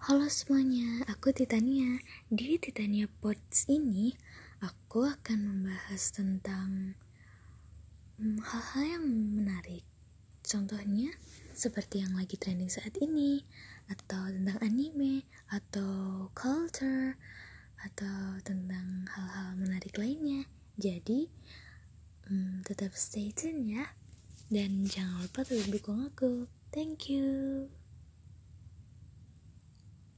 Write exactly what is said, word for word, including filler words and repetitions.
Halo semuanya, aku Titania. Di Titania Pods ini, aku akan membahas tentang hmm, hal-hal yang menarik. Contohnya, seperti yang lagi trending saat ini, atau tentang anime, atau culture, atau tentang hal-hal menarik lainnya. Jadi, hmm, tetap stay tune ya. Dan jangan lupa tetap dukung aku. Thank you.